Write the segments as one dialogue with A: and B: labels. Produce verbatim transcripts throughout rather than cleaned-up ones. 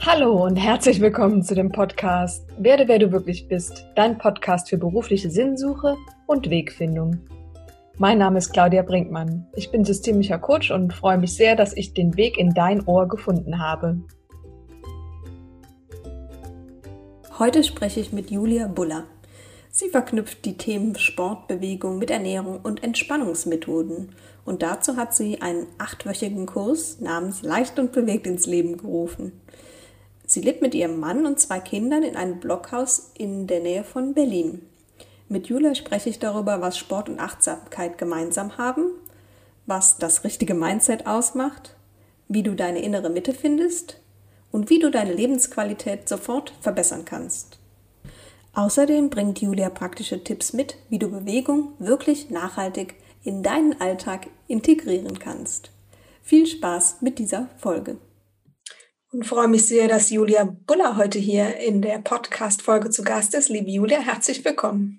A: Hallo und herzlich willkommen zu dem Podcast Werde, wer du wirklich bist, dein Podcast für berufliche Sinnsuche und Wegfindung. Mein Name ist Claudia Brinkmann. Ich bin systemischer Coach und freue mich sehr, dass ich den Weg in dein Ohr gefunden habe.
B: Heute spreche ich mit Julia Buller. Sie verknüpft die Themen Sport, Bewegung mit Ernährung und Entspannungsmethoden. Und dazu hat sie einen achtwöchigen Kurs namens Leicht und bewegt ins Leben gerufen. Sie lebt mit ihrem Mann und zwei Kindern in einem Blockhaus in der Nähe von Berlin. Mit Julia spreche ich darüber, was Sport und Achtsamkeit gemeinsam haben, was das richtige Mindset ausmacht, wie du deine innere Mitte findest und wie du deine Lebensqualität sofort verbessern kannst. Außerdem bringt Julia praktische Tipps mit, wie du Bewegung wirklich nachhaltig in deinen Alltag integrieren kannst. Viel Spaß mit dieser Folge. Und freue mich sehr, dass Julia Buller heute hier in der Podcast-Folge zu Gast ist. Liebe Julia, herzlich willkommen.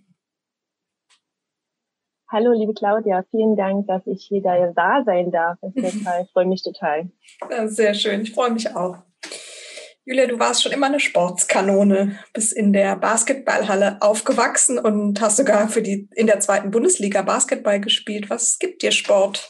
C: Hallo, liebe Claudia, vielen Dank, dass ich hier da sein darf. Ich freue mich total.
B: Sehr schön, ich freue mich auch. Julia, du warst schon immer eine Sportskanone, bist in der Basketballhalle aufgewachsen und hast sogar für die in der zweiten Bundesliga Basketball gespielt. Was gibt dir Sport?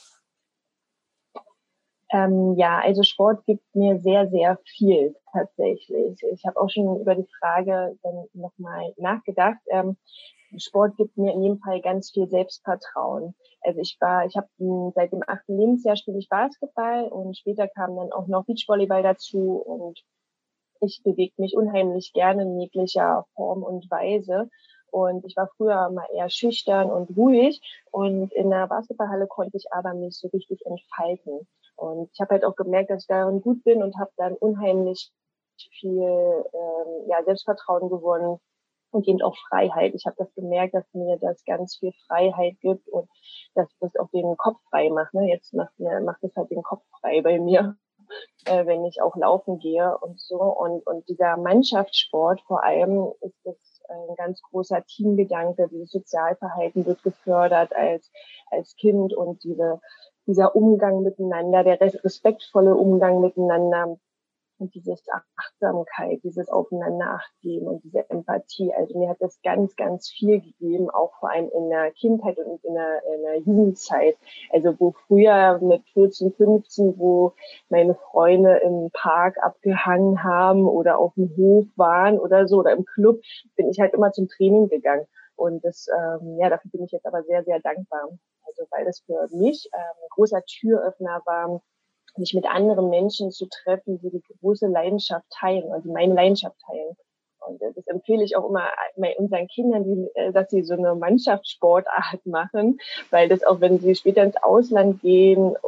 C: Ähm, ja, also Sport gibt mir sehr, sehr viel tatsächlich. Ich habe auch schon über die Frage dann nochmal nachgedacht. Ähm, Sport gibt mir in jedem Fall ganz viel Selbstvertrauen. Also ich war, ich habe seit dem achten Lebensjahr spiele ich Basketball und später kam dann auch noch Beachvolleyball dazu und ich bewege mich unheimlich gerne in jeglicher Form und Weise. Und ich war früher mal eher schüchtern und ruhig. Und in der Basketballhalle konnte ich aber mich so richtig entfalten. Und ich habe halt auch gemerkt, dass ich darin gut bin und habe dann unheimlich viel ähm, ja, Selbstvertrauen gewonnen und eben auch Freiheit. Ich habe das gemerkt, dass mir das ganz viel Freiheit gibt und dass das auch den Kopf frei macht. Ne? Jetzt macht mir macht es halt den Kopf frei bei mir, äh, wenn ich auch laufen gehe und so. Und, und dieser Mannschaftssport vor allem ist das ein ganz großer Teamgedanke. Dieses Sozialverhalten wird gefördert als, als Kind und diese, dieser Umgang miteinander, der respektvolle Umgang miteinander und diese Achtsamkeit, dieses Aufeinander Acht geben und diese Empathie. Also mir hat das ganz, ganz viel gegeben, auch vor allem in der Kindheit und in der, in der Jugendzeit. Also wo früher mit vierzehn, fünfzehn, wo meine Freunde im Park abgehangen haben oder auf dem Hof waren oder so oder im Club, bin ich halt immer zum Training gegangen. Und das, ähm, ja, dafür bin ich jetzt aber sehr, sehr dankbar. Also weil das für mich ähm, ein großer Türöffner war, mich mit anderen Menschen zu treffen, die die große Leidenschaft teilen und die meine Leidenschaft teilen. Und das empfehle ich auch immer unseren Kindern, die, dass sie so eine Mannschaftssportart machen, weil das auch, wenn sie später ins Ausland gehen,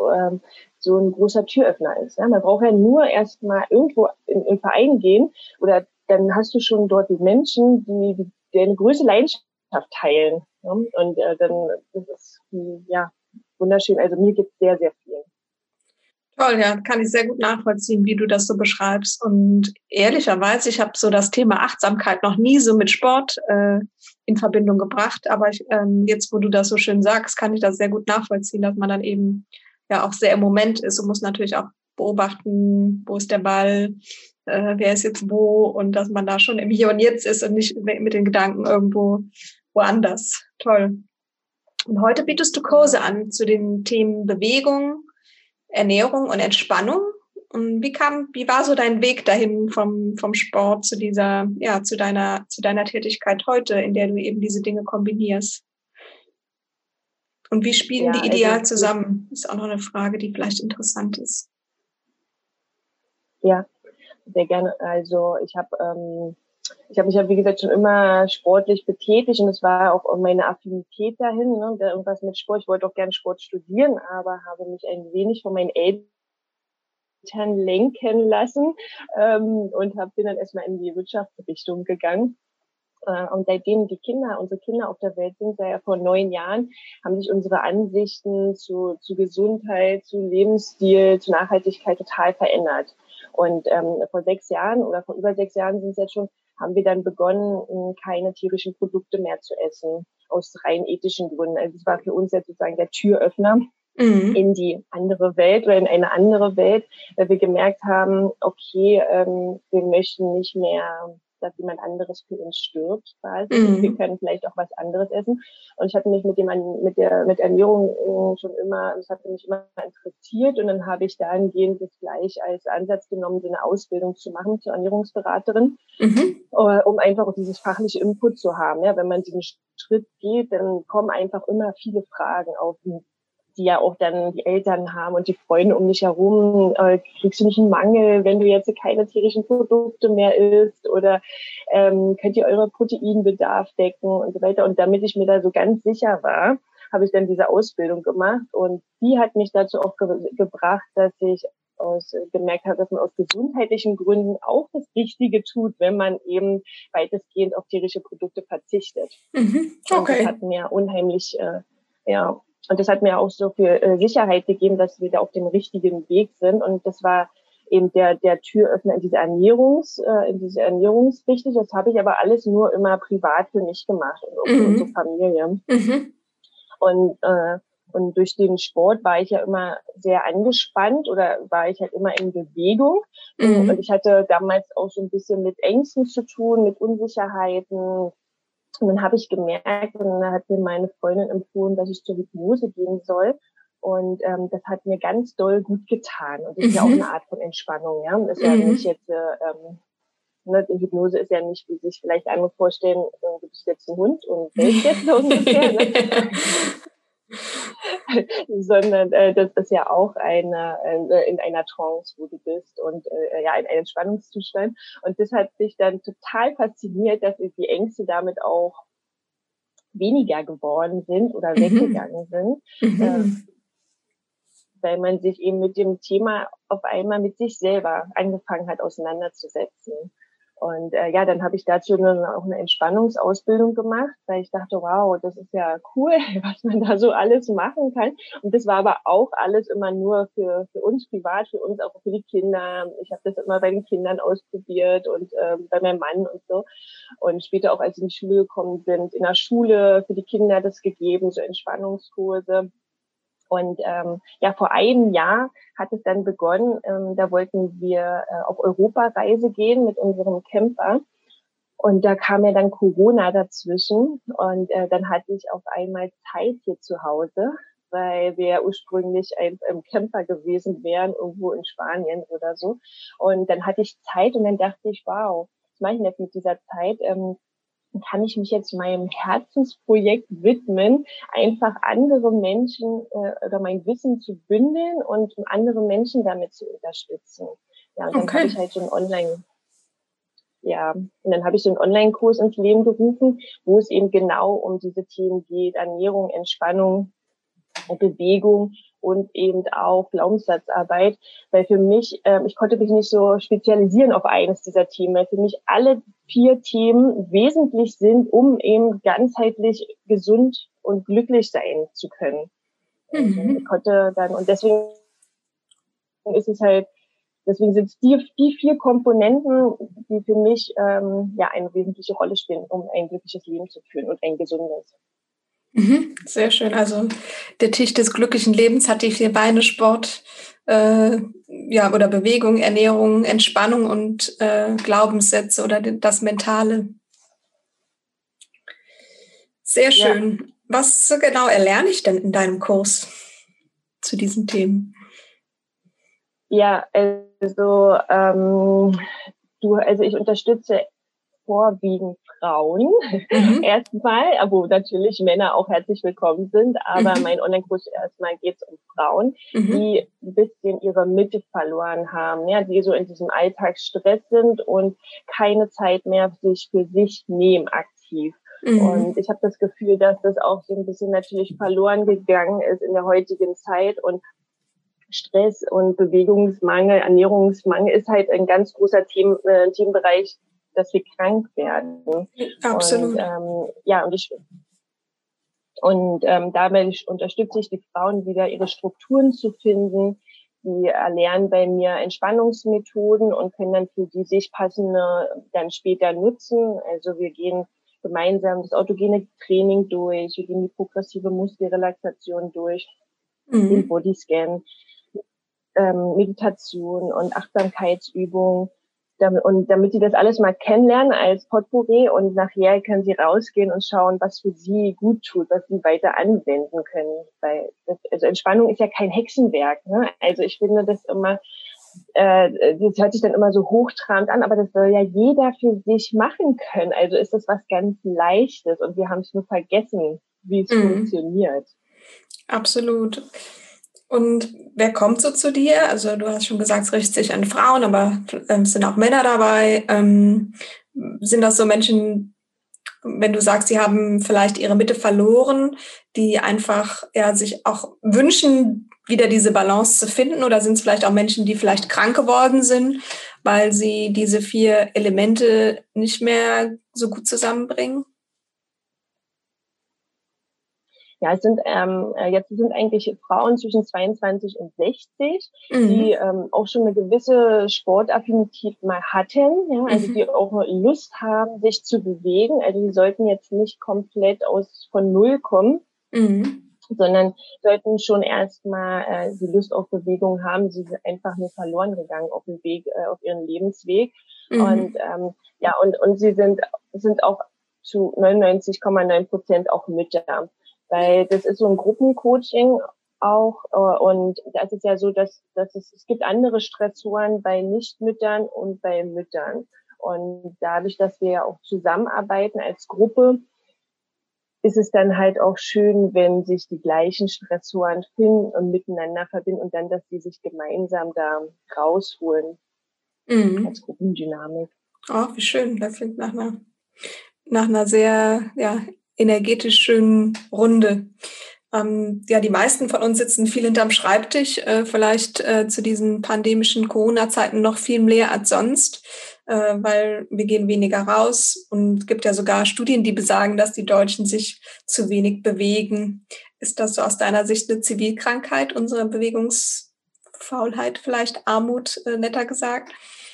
C: so ein großer Türöffner ist. Man braucht ja nur erstmal irgendwo in einen Verein gehen oder dann hast du schon dort die Menschen, die, die eine große Leidenschaft teilen. Und dann das ist ja wunderschön. Also mir gibt es sehr, sehr viel.
B: Toll, ja, kann ich sehr gut nachvollziehen, wie du das so beschreibst. Und ehrlicherweise, ich habe so das Thema Achtsamkeit noch nie so mit Sport äh, in Verbindung gebracht. Aber ich, ähm, jetzt, wo du das so schön sagst, kann ich das sehr gut nachvollziehen, dass man dann eben ja auch sehr im Moment ist und muss natürlich auch beobachten, wo ist der Ball, äh, wer ist jetzt wo und dass man da schon im Hier und Jetzt ist und nicht mit den Gedanken irgendwo woanders. Toll. Und heute bietest du Kurse an zu den Themen Bewegung, Ernährung und Entspannung. Und wie kam, wie war so dein Weg dahin vom, vom Sport zu dieser, ja, zu deiner, zu deiner Tätigkeit heute, in der du eben diese Dinge kombinierst? Und wie spielen ja, die ideal also, zusammen? Ist auch noch eine Frage, die vielleicht interessant ist.
C: Ja, sehr gerne. Also ich habe, ähm, ich habe mich ja wie gesagt schon immer sportlich betätigt und es war auch meine Affinität dahin, ne, irgendwas mit Sport. Ich wollte auch gerne Sport studieren, aber habe mich ein wenig von meinen Eltern lenken lassen ähm, und hab, bin dann erstmal in die Wirtschaftsrichtung gegangen. Äh, und seitdem die Kinder, unsere Kinder auf der Welt sind, seit ja vor neun Jahren, haben sich unsere Ansichten zu, zu Gesundheit, zu Lebensstil, zu Nachhaltigkeit total verändert. Und ähm, vor sechs Jahren oder vor über sechs Jahren sind es jetzt schon, haben wir dann begonnen, keine tierischen Produkte mehr zu essen, aus rein ethischen Gründen. Also es war für uns jetzt sozusagen der Türöffner.
A: mhm.
C: in die andere Welt oder in eine andere Welt, weil wir gemerkt haben, okay, ähm, wir möchten nicht mehr, dass jemand anderes für uns stirbt, quasi.
A: Mhm.
C: Wir können vielleicht auch was anderes essen. Und ich hatte mich mit dem, mit der, mit Ernährung schon immer, das hatte mich immer interessiert. Und dann habe ich dahingehend das gleich als Ansatz genommen, so eine Ausbildung zu machen zur Ernährungsberaterin,
A: Mhm.
C: um einfach auch dieses fachliche Input zu haben. Ja, wenn man diesen Schritt geht, dann kommen einfach immer viele Fragen auf, die ja auch dann die Eltern haben und die Freunde um dich herum. Äh, kriegst du nicht einen Mangel, wenn du jetzt keine tierischen Produkte mehr isst? Oder ähm, könnt ihr euren Proteinbedarf decken und so weiter? Und damit ich mir da so ganz sicher war, habe ich dann diese Ausbildung gemacht. Und die hat mich dazu auch ge- gebracht, dass ich aus, gemerkt habe, dass man aus gesundheitlichen Gründen auch das Richtige tut, wenn man eben weitestgehend auf tierische Produkte verzichtet.
A: Mhm. Okay.
C: Und das hat mir unheimlich, äh, ja, und das hat mir auch so viel äh, Sicherheit gegeben, dass wir da auf dem richtigen Weg sind. Und das war eben der, der Türöffner in diese Ernährungs, äh, in diese Ernährungsrichtung. Das habe ich aber alles nur immer privat für mich gemacht und auch für
A: Mhm.
C: unsere Familie.
A: Mhm.
C: Und, äh, und durch den Sport war ich ja immer sehr angespannt oder war ich halt immer in Bewegung.
A: Mhm.
C: Und ich hatte damals auch so ein bisschen mit Ängsten zu tun, mit Unsicherheiten. Und dann habe ich gemerkt, und dann hat mir meine Freundin empfohlen, dass ich zur Hypnose gehen soll. Und ähm, das hat mir ganz doll gut getan. Und das ist
A: Mhm.
C: ja auch eine Art von Entspannung. Ja, das ist ja
A: Mhm.
C: nicht jetzt, äh, ähm, ne, die Hypnose ist ja nicht, wie sich vielleicht andere vorstellen, äh, du bist jetzt ein Hund und bellst jetzt so ungefähr. Ne? Sondern äh, das ist ja auch eine äh, in einer Trance, wo du bist und äh, ja in einem Entspannungszustand. Und das hat mich dann total fasziniert, dass die Ängste damit auch weniger geworden sind oder
A: Mhm.
C: weggegangen sind,
A: Mhm.
C: äh, weil man sich eben mit dem Thema auf einmal mit sich selber angefangen hat auseinanderzusetzen. Und äh, ja, dann habe ich dazu eine, auch eine Entspannungsausbildung gemacht, weil ich dachte, wow, das ist ja cool, was man da so alles machen kann. Und das war aber auch alles immer nur für für uns privat, für uns auch für die Kinder. Ich habe das immer bei den Kindern ausprobiert und äh, bei meinem Mann und so. Und später auch, als sie in die Schule gekommen sind, in der Schule für die Kinder das gegeben, so Entspannungskurse. Und ähm, ja, vor einem Jahr hat es dann begonnen, ähm, da wollten wir äh, auf Europareise gehen mit unserem Camper. Und da kam ja dann Corona dazwischen. Und äh, dann hatte ich auf einmal Zeit hier zu Hause, weil wir ursprünglich ein, im Camper gewesen wären, irgendwo in Spanien oder so. Und dann hatte ich Zeit und dann dachte ich, wow, was mache ich denn jetzt mit dieser Zeit? Ähm, kann ich mich jetzt meinem Herzensprojekt widmen, einfach andere Menschen äh, oder mein Wissen zu bündeln und andere Menschen damit zu unterstützen. Ja, und dann
A: Okay.
C: habe ich halt so ein Online, ja, und dann habe ich so einen Online-Kurs ins Leben gerufen, wo es eben genau um diese Themen geht, Ernährung, Entspannung, Bewegung und eben auch Glaubenssatzarbeit, weil für mich, äh, ich konnte mich nicht so spezialisieren auf eines dieser Themen, weil für mich alle vier Themen wesentlich sind, um eben ganzheitlich gesund und glücklich sein zu können. Also
A: Mhm.
C: ich konnte dann, und deswegen ist es halt, deswegen sind es die, die vier Komponenten, die für mich ähm, ja eine wesentliche Rolle spielen, um ein glückliches Leben zu führen und ein gesundes.
A: Mhm. Sehr schön. Also der Tisch des glücklichen Lebens hat die vier Beine: Sport, äh, ja, oder Bewegung, Ernährung, Entspannung und äh, Glaubenssätze oder das Mentale. Sehr schön. Ja. Was genau erlerne ich denn in deinem Kurs zu diesen Themen?
C: Ja, also ähm, du, also ich unterstütze vorwiegend Frauen. Mhm. Erstmal, wo natürlich Männer auch herzlich willkommen sind, aber mhm. mein Online-Kurs erstmal geht es um Frauen, mhm. die ein bisschen ihre Mitte verloren haben, ja, die so in diesem Alltagsstress sind und keine Zeit mehr sich für sich nehmen aktiv. Mhm. Und ich habe das Gefühl, dass das auch so ein bisschen natürlich verloren gegangen ist in der heutigen Zeit und Stress und Bewegungsmangel, Ernährungsmangel ist halt ein ganz großer Themen, äh, Themenbereich, dass wir krank werden.
A: Absolut.
C: Und ähm, ja, und ich und ähm, dabei unterstütze ich die Frauen wieder, ihre Strukturen zu finden. Die erlernen bei mir Entspannungsmethoden und können dann für die sich passende dann später nutzen. Also wir gehen gemeinsam das autogene Training durch, wir gehen die progressive Muskelrelaxation durch. mhm. den Bodyscan, ähm, Meditation und Achtsamkeitsübungen. Damit, und damit sie das alles mal kennenlernen als Potpourri und nachher können sie rausgehen und schauen, was für sie gut tut, was sie weiter anwenden können. Weil das, also Entspannung ist ja kein Hexenwerk, ne? Also ich finde das immer, äh, das hört sich dann immer so hochtrabend an, aber das soll ja jeder für sich machen können. Also ist das was ganz Leichtes und wir haben es nur vergessen, wie es mhm. funktioniert.
B: Absolut. Und wer kommt so zu dir? Also du hast schon gesagt, es richtet sich an Frauen, aber ähm, es sind auch Männer dabei. Ähm, sind das so Menschen, wenn du sagst, sie haben vielleicht ihre Mitte verloren, die einfach ja sich auch wünschen, wieder diese Balance zu finden? Oder sind es vielleicht auch Menschen, die vielleicht krank geworden sind, weil sie diese vier Elemente nicht mehr so gut zusammenbringen?
C: Ja, es sind ähm, jetzt sind eigentlich Frauen zwischen zweiundzwanzig und sechzig, mhm. die ähm, auch schon eine gewisse Sportaffinität mal hatten, ja, also mhm. die auch Lust haben, sich zu bewegen. Also die sollten jetzt nicht komplett aus von Null kommen, mhm. sondern sollten schon erstmal äh, die Lust auf Bewegung haben. Sie sind einfach nur verloren gegangen auf dem Weg, äh, auf ihren Lebensweg. Mhm. Und ähm, ja, und und sie sind sind auch zu neunundneunzig Komma neun Prozent auch Mütter. Weil das ist so ein Gruppencoaching auch äh, und das ist ja so, dass, dass es, es gibt andere Stressoren bei Nichtmüttern und bei Müttern. Und dadurch, dass wir ja auch zusammenarbeiten als Gruppe, ist es dann halt auch schön, wenn sich die gleichen Stressoren finden und miteinander verbinden und dann, dass die sich gemeinsam da rausholen mhm. als Gruppendynamik.
B: Oh, wie schön. Das klingt nach einer, nach einer sehr, ja, energetisch schönen Runde. Ähm, ja, die meisten von uns sitzen viel hinterm Schreibtisch, äh, vielleicht äh, zu diesen pandemischen Corona-Zeiten noch viel mehr als sonst, äh, weil wir gehen weniger raus und es gibt ja sogar Studien, die besagen, dass die Deutschen sich zu wenig bewegen. Ist das so aus deiner Sicht eine Zivilkrankheit, unsere Bewegungsfaulheit, vielleicht Armut, äh, netter gesagt?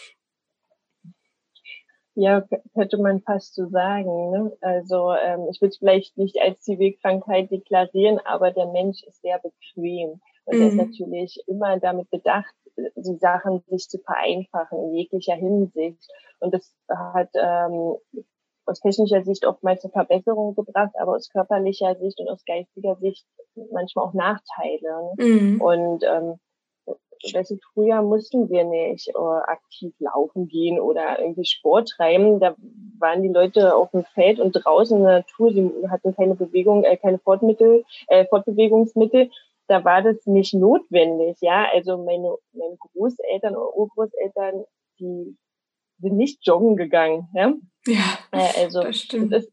C: Ja, könnte man fast so sagen. Ne? Also ähm, ich würde es vielleicht nicht als Zivilkrankheit deklarieren, aber der Mensch ist sehr bequem. Und mhm. er ist natürlich immer damit bedacht, die Sachen sich zu vereinfachen in jeglicher Hinsicht. Und das hat ähm, aus technischer Sicht oftmals eine Verbesserung gebracht, aber aus körperlicher Sicht und aus geistiger Sicht manchmal auch Nachteile. Ne? Mhm. Und ähm, weißt du, früher mussten wir nicht äh, aktiv laufen gehen oder irgendwie Sport treiben. Da waren die Leute auf dem Feld und draußen in der Natur. Sie hatten keine Bewegung, äh, keine Fortmittel, äh, Fortbewegungsmittel. Da war das nicht notwendig. Ja, also meine, meine Großeltern oder Urgroßeltern, die sind nicht joggen gegangen. Ja,
B: ja
C: äh, also
B: das stimmt.
C: Das ist,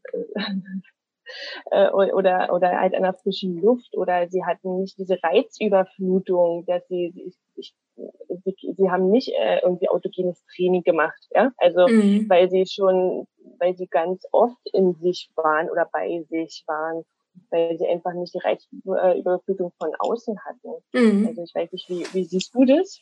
C: äh, oder oder halt an der frischen Luft oder sie hatten nicht diese Reizüberflutung, dass sie ich, ich, sie, sie haben nicht äh, irgendwie autogenes Training gemacht, ja, also mhm. weil sie schon, weil sie ganz oft in sich waren oder bei sich waren, weil sie einfach nicht die Reizüberflutung von außen hatten. Mhm. Also ich weiß nicht, wie, wie siehst du das?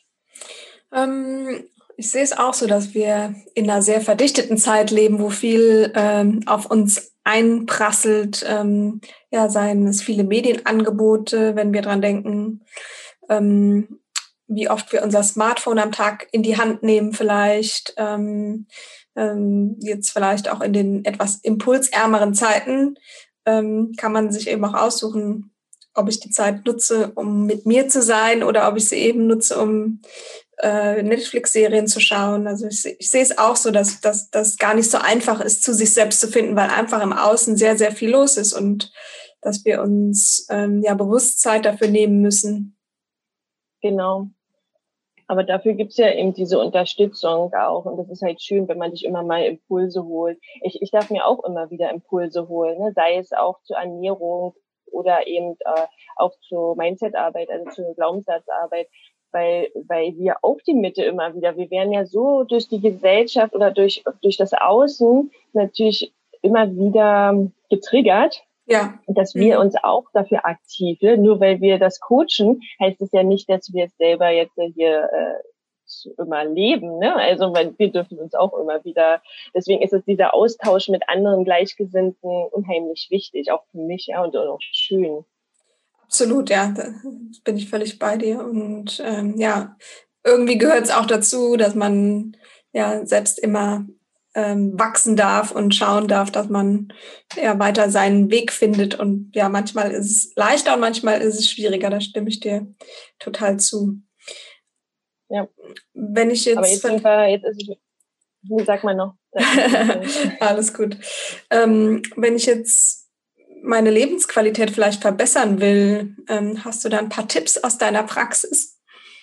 B: Ähm, ich sehe es auch so, dass wir in einer sehr verdichteten Zeit leben, wo viel ähm, auf uns einprasselt, ähm, ja, seien es viele Medienangebote, wenn wir dran denken, ähm, wie oft wir unser Smartphone am Tag in die Hand nehmen vielleicht, ähm, ähm, jetzt vielleicht auch in den etwas impulsärmeren Zeiten, ähm, kann man sich eben auch aussuchen, ob ich die Zeit nutze, um mit mir zu sein oder ob ich sie eben nutze, um äh, Netflix-Serien zu schauen. Also ich, ich sehe es auch so, dass das gar nicht so einfach ist, zu sich selbst zu finden, weil einfach im Außen sehr, sehr viel los ist und dass wir uns ähm, ja bewusst Zeit dafür nehmen müssen.
C: Genau. Aber dafür gibt's ja eben diese Unterstützung auch. Und das ist halt schön, wenn man sich immer mal Impulse holt. Ich, ich darf mir auch immer wieder Impulse holen, ne? Sei es auch zur Ernährung oder eben äh, auch zur Mindset-Arbeit, also zur Glaubenssatzarbeit, weil weil wir auch die Mitte immer wieder, wir werden ja so durch die Gesellschaft oder durch durch das Außen natürlich immer wieder getriggert. Ja. Dass wir mhm. uns auch dafür aktiv, ne? Nur weil wir das coachen, heißt es ja nicht, dass wir es selber jetzt hier äh, immer leben, ne? Also weil wir dürfen uns auch immer wieder, deswegen ist es dieser Austausch mit anderen Gleichgesinnten unheimlich wichtig, auch für mich, ja, und auch schön.
A: Absolut, ja, da bin ich völlig bei dir. Und ähm, ja, irgendwie gehört es auch dazu, dass man ja selbst immer ähm, wachsen darf und schauen darf, dass man ja weiter seinen Weg findet. Und ja, manchmal ist es leichter und manchmal ist es schwieriger. Da stimme ich dir total zu.
C: Ja.
A: Wenn ich jetzt,
C: aber jetzt sind wir, jetzt ist es, wie sagt man noch?
A: Alles gut. Ähm, wenn ich jetzt meine Lebensqualität vielleicht verbessern will, ähm, hast du da ein paar Tipps aus deiner Praxis?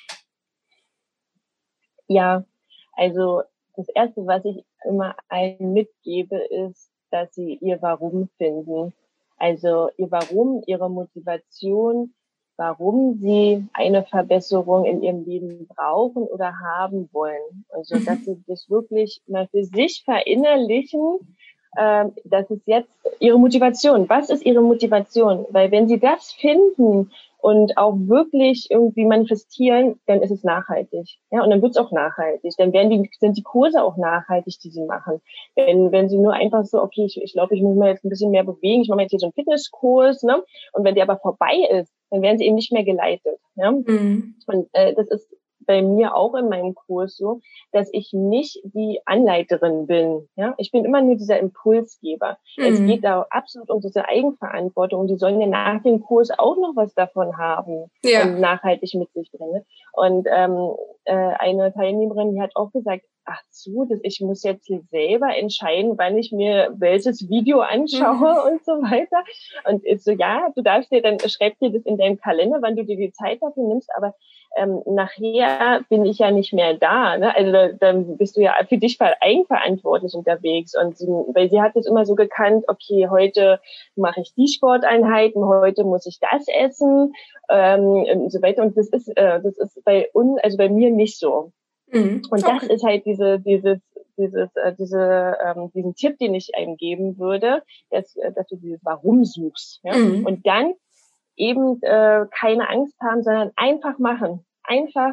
C: Ja, also das Erste, was ich immer allen mitgebe, ist, dass sie ihr Warum finden. Also ihr Warum, ihre Motivation, warum sie eine Verbesserung in ihrem Leben brauchen oder haben wollen. Also dass sie das wirklich mal für sich verinnerlichen, äh, das ist jetzt ihre Motivation. Was ist ihre Motivation? Weil wenn sie das finden und auch wirklich irgendwie manifestieren, dann ist es nachhaltig. Ja, und dann wird es auch nachhaltig. Dann werden die, sind die Kurse auch nachhaltig, die sie machen. Wenn, wenn sie nur einfach so, okay, ich, ich glaube, ich muss mir jetzt ein bisschen mehr bewegen, ich mache jetzt hier so einen Fitnesskurs, ne? Und wenn der aber vorbei ist, dann werden sie eben nicht mehr geleitet. Ja? Mhm. Und äh, das ist bei mir auch in meinem Kurs so, dass ich nicht die Anleiterin bin. Ja, ich bin immer nur dieser Impulsgeber. Mhm. Es geht da absolut um diese Eigenverantwortung und die sollen ja nach dem Kurs auch noch was davon haben, ja, und nachhaltig mit sich bringen. Und ähm, äh, eine Teilnehmerin, die hat auch gesagt, ach so, das, ich muss jetzt hier selber entscheiden, wann ich mir welches Video anschaue, mhm, und so weiter. Und ist so, ja, du darfst dir dann, schreib dir das in deinem Kalender, wann du dir die Zeit dafür nimmst, aber ähm, nachher bin ich ja nicht mehr da. Ne? Also da, dann bist du ja für dich eigenverantwortlich unterwegs. Und sie, weil sie hat es immer so gekannt, okay, heute mache ich die Sporteinheiten, heute muss ich das essen, ähm, und so weiter. Und das ist, äh, das ist bei uns, also bei mir nicht so. Mhm. Und das okay. ist halt diese, dieses, dieses, äh, diese, ähm, diesen Tipp, den ich einem geben würde, dass, dass du dieses Warum suchst. Ja? Mhm. Und dann eben äh, keine Angst haben, sondern einfach machen. Einfach,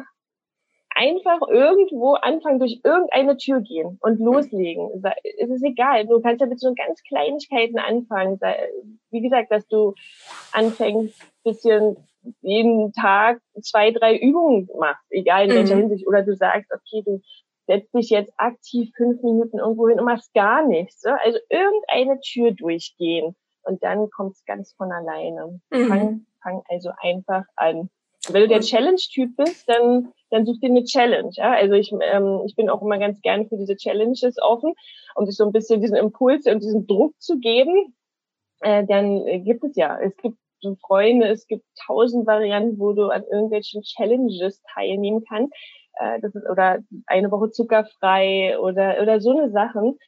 C: einfach irgendwo anfangen, durch irgendeine Tür gehen und loslegen. Es ist egal. Du kannst ja mit so ganz Kleinigkeiten anfangen. Wie gesagt, dass du anfängst, bisschen jeden Tag zwei, drei Übungen machst, egal in welcher mhm. Hinsicht. Oder du sagst, okay, du setzt dich jetzt aktiv fünf Minuten irgendwo hin und machst gar nichts. So? Also irgendeine Tür durchgehen. Und dann kommt es ganz von alleine. Mhm. Fang, fang also einfach an. Wenn du der Challenge-Typ bist, dann, dann such dir eine Challenge. Ja? Also ich, ähm, ich bin auch immer ganz gerne für diese Challenges offen, um sich so ein bisschen diesen Impuls und diesen Druck zu geben. Äh, dann äh, gibt es ja, es gibt so Freunde, es gibt tausend Varianten, wo du an irgendwelchen Challenges teilnehmen kannst. Äh, das ist, oder eine Woche zuckerfrei oder, oder so eine Sachen.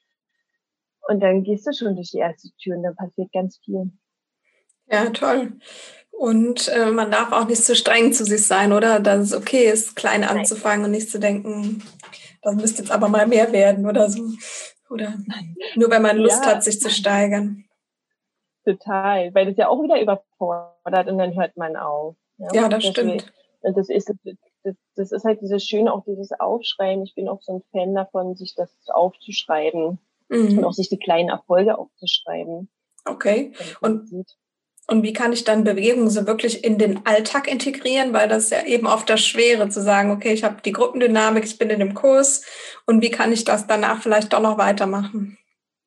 C: Und dann gehst du schon durch die erste Tür und dann passiert ganz viel.
A: Ja, toll. Und äh, man darf auch nicht zu streng zu sich sein, oder? Dass es okay ist, klein anzufangen, nein, und nicht zu denken, das müsste jetzt aber mal mehr werden oder so. Oder nur wenn man Lust ja. hat, sich zu steigern.
C: Total, weil das ja auch wieder überfordert und dann hört man auf. Ja,
A: ja das Deswegen, stimmt.
C: Und das ist, das, das ist halt dieses Schöne, auch dieses Aufschreiben. Ich bin auch so ein Fan davon, sich das aufzuschreiben, mhm, und auch sich die kleinen Erfolge aufzuschreiben.
A: Okay. Und Und wie kann ich dann Bewegung so wirklich in den Alltag integrieren? Weil das ist ja eben oft das Schwere, zu sagen, okay, ich habe die Gruppendynamik, ich bin in dem Kurs. Und wie kann ich das danach vielleicht doch noch weitermachen?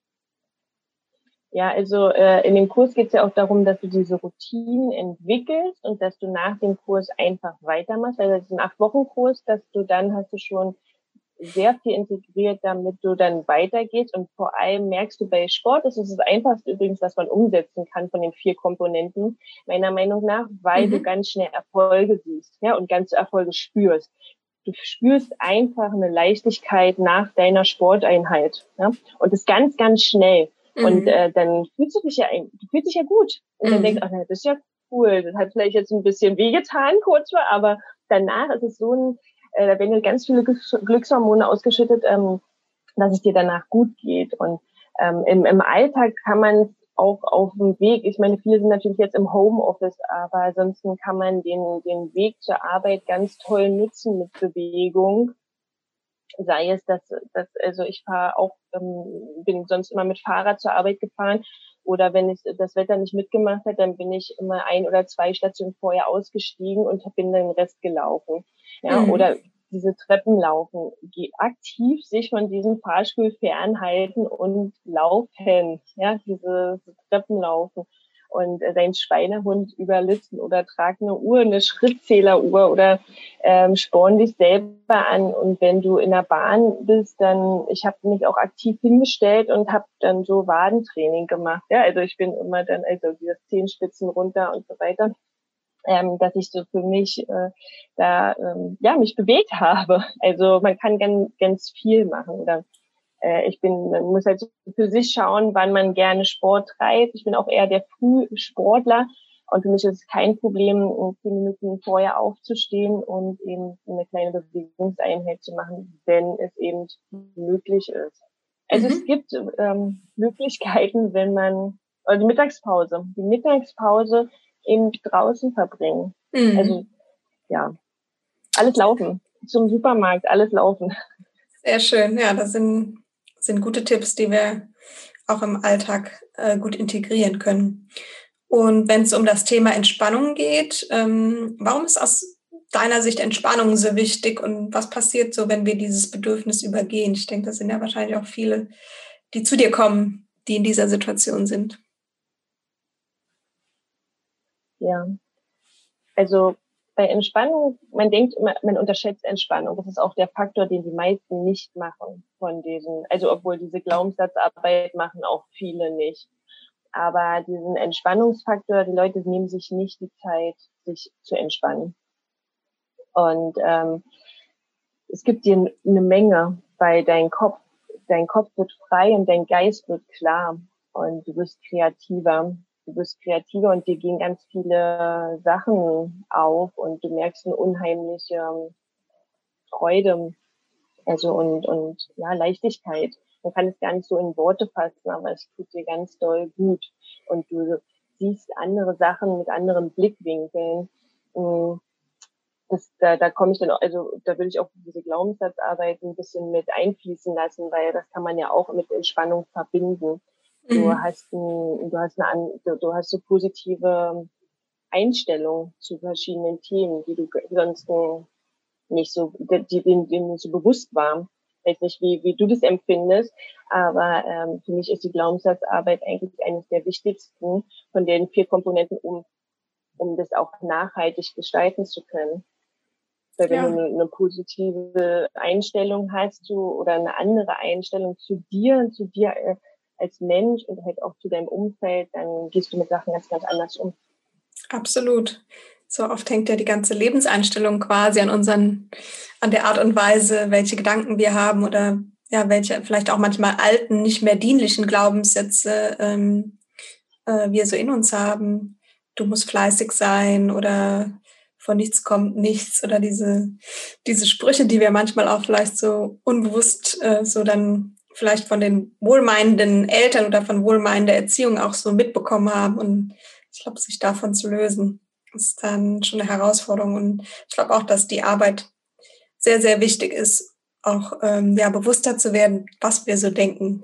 C: Ja, also äh, in dem Kurs geht es ja auch darum, dass du diese Routinen entwickelst und dass du nach dem Kurs einfach weitermachst. Also das ist ein acht-Wochen-Kurs, dass du dann hast du schon sehr viel integriert, damit du dann weitergehst. Und vor allem merkst du bei Sport, das ist das Einfachste übrigens, was man umsetzen kann von den vier Komponenten, meiner Meinung nach, weil mhm. du ganz schnell Erfolge siehst, ja, und ganz Erfolge spürst. Du spürst einfach eine Leichtigkeit nach deiner Sporteinheit, ja, und das ganz, ganz schnell. Mhm. Und äh, dann fühlst du dich ja, du fühlst dich ja gut. Und mhm. dann denkst du, ach, das ist ja cool. Das hat vielleicht jetzt ein bisschen wehgetan, kurz vor, aber danach ist es so ein, äh, da werden ganz viele Glückshormone ausgeschüttet, ähm, dass es dir danach gut geht. Und ähm, im, im Alltag kann man auch auf dem Weg, ich meine, viele sind natürlich jetzt im Homeoffice, aber ansonsten kann man den, den Weg zur Arbeit ganz toll nutzen mit Bewegung. Sei es, dass, dass also ich fahre auch, ähm, bin sonst immer mit Fahrrad zur Arbeit gefahren Oder wenn ich das Wetter nicht mitgemacht hat, dann bin ich immer ein oder zwei Stationen vorher ausgestiegen und bin dann den Rest gelaufen. Ja,
B: Mhm.
C: oder diese Treppen laufen, aktiv sich von diesem Fahrstuhl fernhalten und laufen, ja, diese, diese Treppen laufen. Und äh, dein Schweinehund überlisten oder trag eine Uhr, eine Schrittzähleruhr oder ähm, sporn dich selber an. Und wenn du in der Bahn bist, dann, ich habe mich auch aktiv hingestellt und habe dann so Wadentraining gemacht. Ja, also ich bin immer dann, also diese Zehenspitzen runter und so weiter, ähm, dass ich so für mich äh, da ähm, ja mich bewegt habe. Also man kann ganz, ganz viel machen. Oder äh, ich bin, man muss halt für sich schauen, wann man gerne Sport treibt. Ich bin auch eher der Frühsportler und für mich ist es kein Problem, um zehn Minuten vorher aufzustehen und eben eine kleine Bewegungseinheit zu machen, wenn es eben möglich ist. Also es
B: Mhm.
C: gibt ähm, Möglichkeiten, wenn man, oder die Mittagspause, die Mittagspause eben draußen verbringen. Also
B: Mhm.
C: ja, alles laufen. Zum Supermarkt, alles laufen.
B: Sehr schön. Ja, das sind, sind gute Tipps, die wir auch im Alltag äh, gut integrieren können. Und wenn es um das Thema Entspannung geht, ähm, warum ist aus deiner Sicht Entspannung so wichtig und was passiert so, wenn wir dieses Bedürfnis übergehen? Ich denke, das sind ja wahrscheinlich auch viele, die zu dir kommen, die in dieser Situation sind.
C: Ja, also bei Entspannung, man denkt immer, man unterschätzt Entspannung. Das ist auch der Faktor, den die meisten nicht machen von diesen, also obwohl diese Glaubenssatzarbeit machen auch viele nicht. Aber diesen Entspannungsfaktor, die Leute nehmen sich nicht die Zeit, sich zu entspannen. Und ähm, es gibt dir eine Menge, weil dein Kopf, dein Kopf wird frei und dein Geist wird klar und du wirst kreativer. Du wirst kreativer und dir gehen ganz viele Sachen auf und du merkst eine unheimliche Freude, also und und ja Leichtigkeit. Man kann es gar nicht so in Worte fassen, aber es tut dir ganz doll gut und du siehst andere Sachen mit anderen Blickwinkeln. Das, da, da komme ich dann, auch, also da würde ich auch diese Glaubenssatzarbeit ein bisschen mit einfließen lassen, weil das kann man ja auch mit Entspannung verbinden. Du
B: Mhm.
C: hast ein, du hast eine, du, du hast so positive Einstellung zu verschiedenen Themen, die du sonst nicht so, die, denen, denen nicht so bewusst waren. Ich weiß nicht, wie, wie du das empfindest, aber ähm, für mich ist die Glaubenssatzarbeit eigentlich eines der wichtigsten von den vier Komponenten, um, um das auch nachhaltig gestalten zu können. Weil wenn du
B: Ja,
C: eine, eine positive Einstellung hast zu, oder eine andere Einstellung zu dir, zu dir als Mensch und halt auch zu deinem Umfeld, dann gehst du mit Sachen ganz, ganz anders um.
B: absolut. So oft hängt ja die ganze Lebenseinstellung quasi an unseren, an der Art und Weise, welche Gedanken wir haben oder ja, welche vielleicht auch manchmal alten, nicht mehr dienlichen Glaubenssätze ähm, äh, wir so in uns haben. Du musst fleißig sein oder von nichts kommt nichts oder diese, diese Sprüche, die wir manchmal auch vielleicht so unbewusst äh, so dann vielleicht von den wohlmeinenden Eltern oder von wohlmeinender Erziehung auch so mitbekommen haben. Und ich glaube, sich davon zu lösen, ist dann schon eine Herausforderung. Und ich glaube auch, dass die Arbeit sehr, sehr wichtig ist, auch ähm, ja, bewusster zu werden, was wir so denken.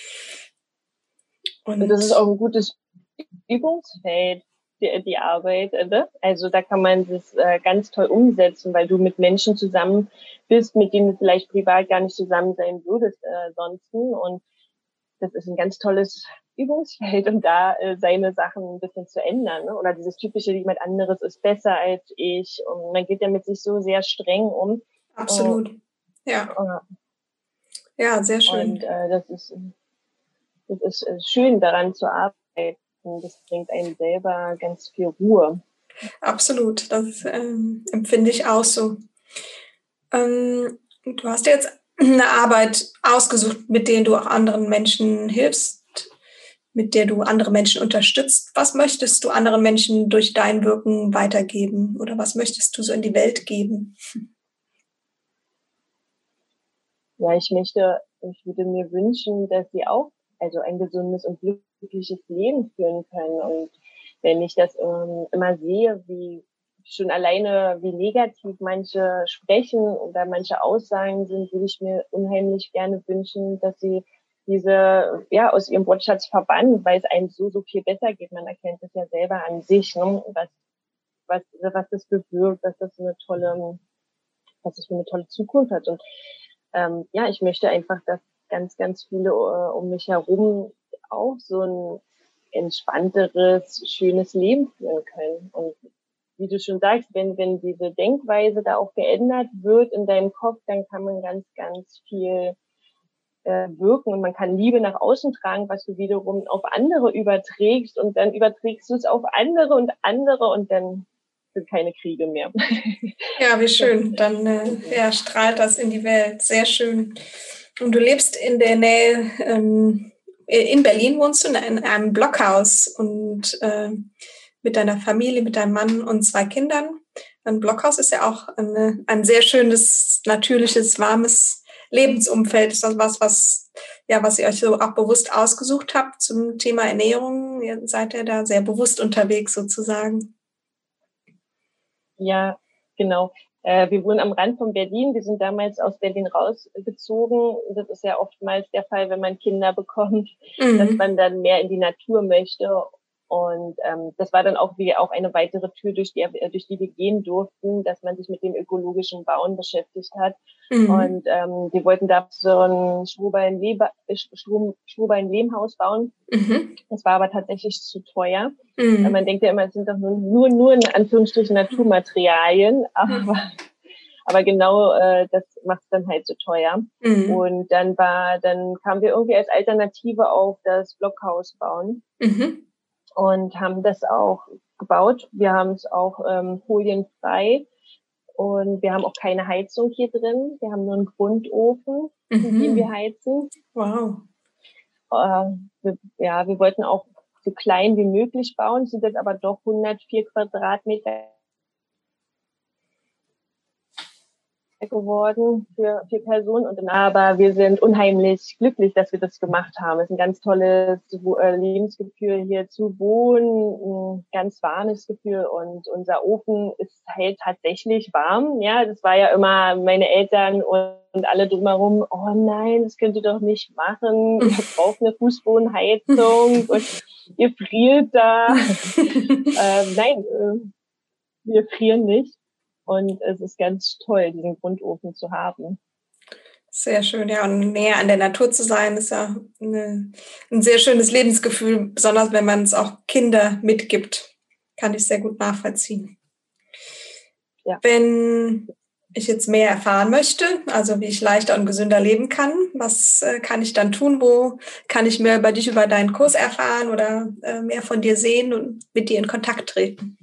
C: Und das ist
B: Und
C: auch ein gutes Übungsfeld, die, die Arbeit. Ne? Also da kann man das äh, ganz toll umsetzen, weil du mit Menschen zusammen bist, mit denen du vielleicht privat gar nicht zusammen sein würdest äh, sonst. Und das ist ein ganz tolles Übungsfeld, um da äh, seine Sachen ein bisschen zu ändern. Ne? Oder dieses typische, jemand anderes ist besser als ich. Und man geht ja mit sich so sehr streng um.
B: absolut. Ja,
C: Äh,
B: ja, sehr
C: und
B: schön.
C: äh, das ist das ist äh, schön, daran zu arbeiten. Das bringt einem selber ganz viel Ruhe.
B: Absolut. Das ähm, empfinde ich auch so. Ähm, du hast jetzt eine Arbeit ausgesucht, mit der du auch anderen Menschen hilfst, mit der du andere Menschen unterstützt. Was möchtest du anderen Menschen durch dein Wirken weitergeben oder was möchtest du so in die Welt geben?
C: Ja, ich möchte, ich würde mir wünschen, dass sie auch also ein gesundes und glückliches Leben führen können. Und wenn ich das ähm, immer sehe, wie schon alleine, wie negativ manche sprechen oder manche Aussagen sind, würde ich mir unheimlich gerne wünschen, dass sie diese, ja, aus ihrem Wortschatz verbannt, weil es einem so, so viel besser geht. Man erkennt es ja selber an sich, ne? was, was, was das bewirkt, dass das eine tolle, was es für eine tolle Zukunft hat. Und ähm, ja, ich möchte einfach, dass ganz, ganz viele äh, um mich herum auch so ein entspannteres, schönes Leben führen können. Und wie du schon sagst, wenn, wenn diese Denkweise da auch geändert wird in deinem Kopf, dann kann man ganz, ganz viel äh, wirken und man kann Liebe nach außen tragen, was du wiederum auf andere überträgst und dann überträgst du es auf andere und andere und dann sind keine Kriege mehr.
B: Ja, wie schön. Dann äh, ja, strahlt das in die Welt. Sehr schön. Und du lebst in der Nähe, ähm, in Berlin wohnst du in einem Blockhaus und äh, mit deiner Familie, mit deinem Mann und zwei Kindern. Ein Blockhaus ist ja auch eine, ein sehr schönes, natürliches, warmes Lebensumfeld. Ist das was, was, ja, was ihr euch so auch bewusst ausgesucht habt zum Thema Ernährung? Ihr seid ja da sehr bewusst unterwegs sozusagen.
C: Ja, genau. Äh, wir wohnen am Rand von Berlin. Wir sind damals aus Berlin rausgezogen. Das ist ja oftmals der Fall, wenn man Kinder bekommt, mhm. dass man dann mehr in die Natur möchte. Und ähm, das war dann auch wie auch eine weitere Tür, durch die, durch die wir gehen durften, dass man sich mit dem ökologischen Bauen beschäftigt hat. Mhm. Und ähm, wir wollten da so ein Strohballen-Lehmhaus bauen. Mhm. Das war aber tatsächlich zu teuer. Mhm. Man denkt ja immer, es sind doch nur, nur, nur in Anführungsstrichen Naturmaterialien, aber, mhm. aber genau äh, das macht es dann halt so teuer. Mhm. Und dann war, dann kamen wir irgendwie als Alternative auf das Blockhaus bauen. Mhm. Und haben das auch gebaut. Wir haben es auch ähm, folienfrei und wir haben auch keine Heizung hier drin. Wir haben nur einen Grundofen, mhm. in dem wir heizen.
B: Wow.
C: Äh, wir, ja, wir wollten auch so klein wie möglich bauen, sind jetzt aber doch hundertvier Quadratmeter geworden für vier Personen. Und aber wir sind unheimlich glücklich, dass wir das gemacht haben. Es ist ein ganz tolles Lebensgefühl, hier zu wohnen, ein ganz warmes Gefühl und unser Ofen ist halt tatsächlich warm. Ja, das war ja immer meine Eltern und, und alle drumherum, oh nein, das könnt ihr doch nicht machen. Ihr braucht eine Fußbodenheizung und ihr friert da. äh, nein, äh, wir frieren nicht. Und es ist ganz toll, diesen Grundofen zu haben.
B: Sehr schön, ja. Und näher an der Natur zu sein, ist ja eine, ein sehr schönes Lebensgefühl, besonders wenn man es auch Kinder mitgibt. Kann ich sehr gut nachvollziehen. Ja. Wenn ich jetzt mehr erfahren möchte, also wie ich leichter und gesünder leben kann, was äh, kann ich dann tun? Wo kann ich mehr über dich, über deinen Kurs erfahren oder äh, mehr von dir sehen und mit dir in Kontakt treten?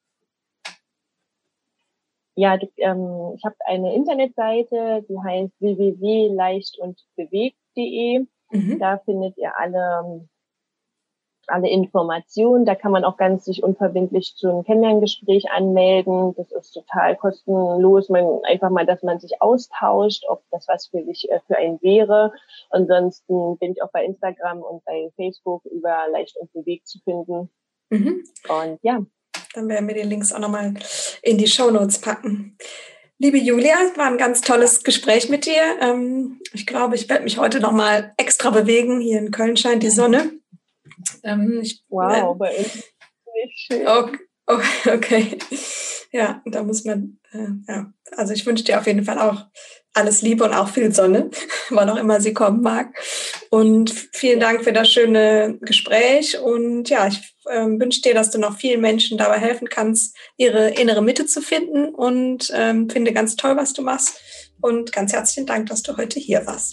C: Ja, du, ähm, ich habe eine Internetseite, die heißt w w w punkt leicht und bewegt punkt de. Mhm. Da findet ihr alle, alle Informationen. Da kann man auch ganz sich unverbindlich zu einem Kennenlerngespräch anmelden. Das ist total kostenlos. Man, einfach mal, dass man sich austauscht, ob das was für dich, äh, für einen wäre. Ansonsten bin ich auch bei Instagram und bei Facebook über leicht und bewegt zu finden. Mhm. Und ja.
B: Dann werden wir die Links auch nochmal in die Shownotes packen. Liebe Julia, es war ein ganz tolles Gespräch mit dir. Ich glaube, ich werde mich heute nochmal extra bewegen. Hier in Köln scheint die Sonne. Ich,
C: wow, bei uns ist nicht schön.
B: Okay, okay. Ja, da muss man, ja, also ich wünsche dir auf jeden Fall auch alles Liebe und auch viel Sonne, wann auch immer sie kommen mag. Und vielen Dank für das schöne Gespräch. Und ja, ich äh, wünsche dir, dass du noch vielen Menschen dabei helfen kannst, ihre innere Mitte zu finden. Und ähm, finde ganz toll, was du machst. Und ganz herzlichen Dank, dass du heute hier warst.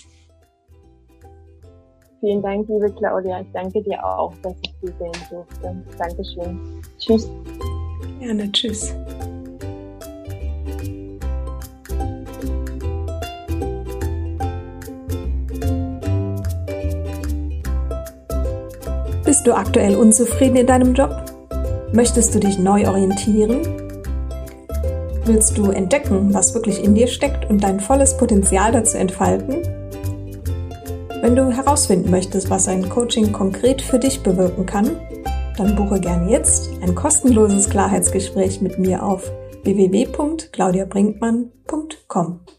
C: Vielen Dank, liebe Claudia. Ich danke dir auch, dass ich Sie sehen durfte. Dankeschön. Tschüss.
B: Gerne, tschüss. Bist du aktuell unzufrieden in deinem Job? Möchtest du dich neu orientieren? Willst du entdecken, was wirklich in dir steckt und dein volles Potenzial dazu entfalten? Wenn du herausfinden möchtest, was ein Coaching konkret für dich bewirken kann, dann buche gerne jetzt ein kostenloses Klarheitsgespräch mit mir auf w w w punkt claudia brinkmann punkt com.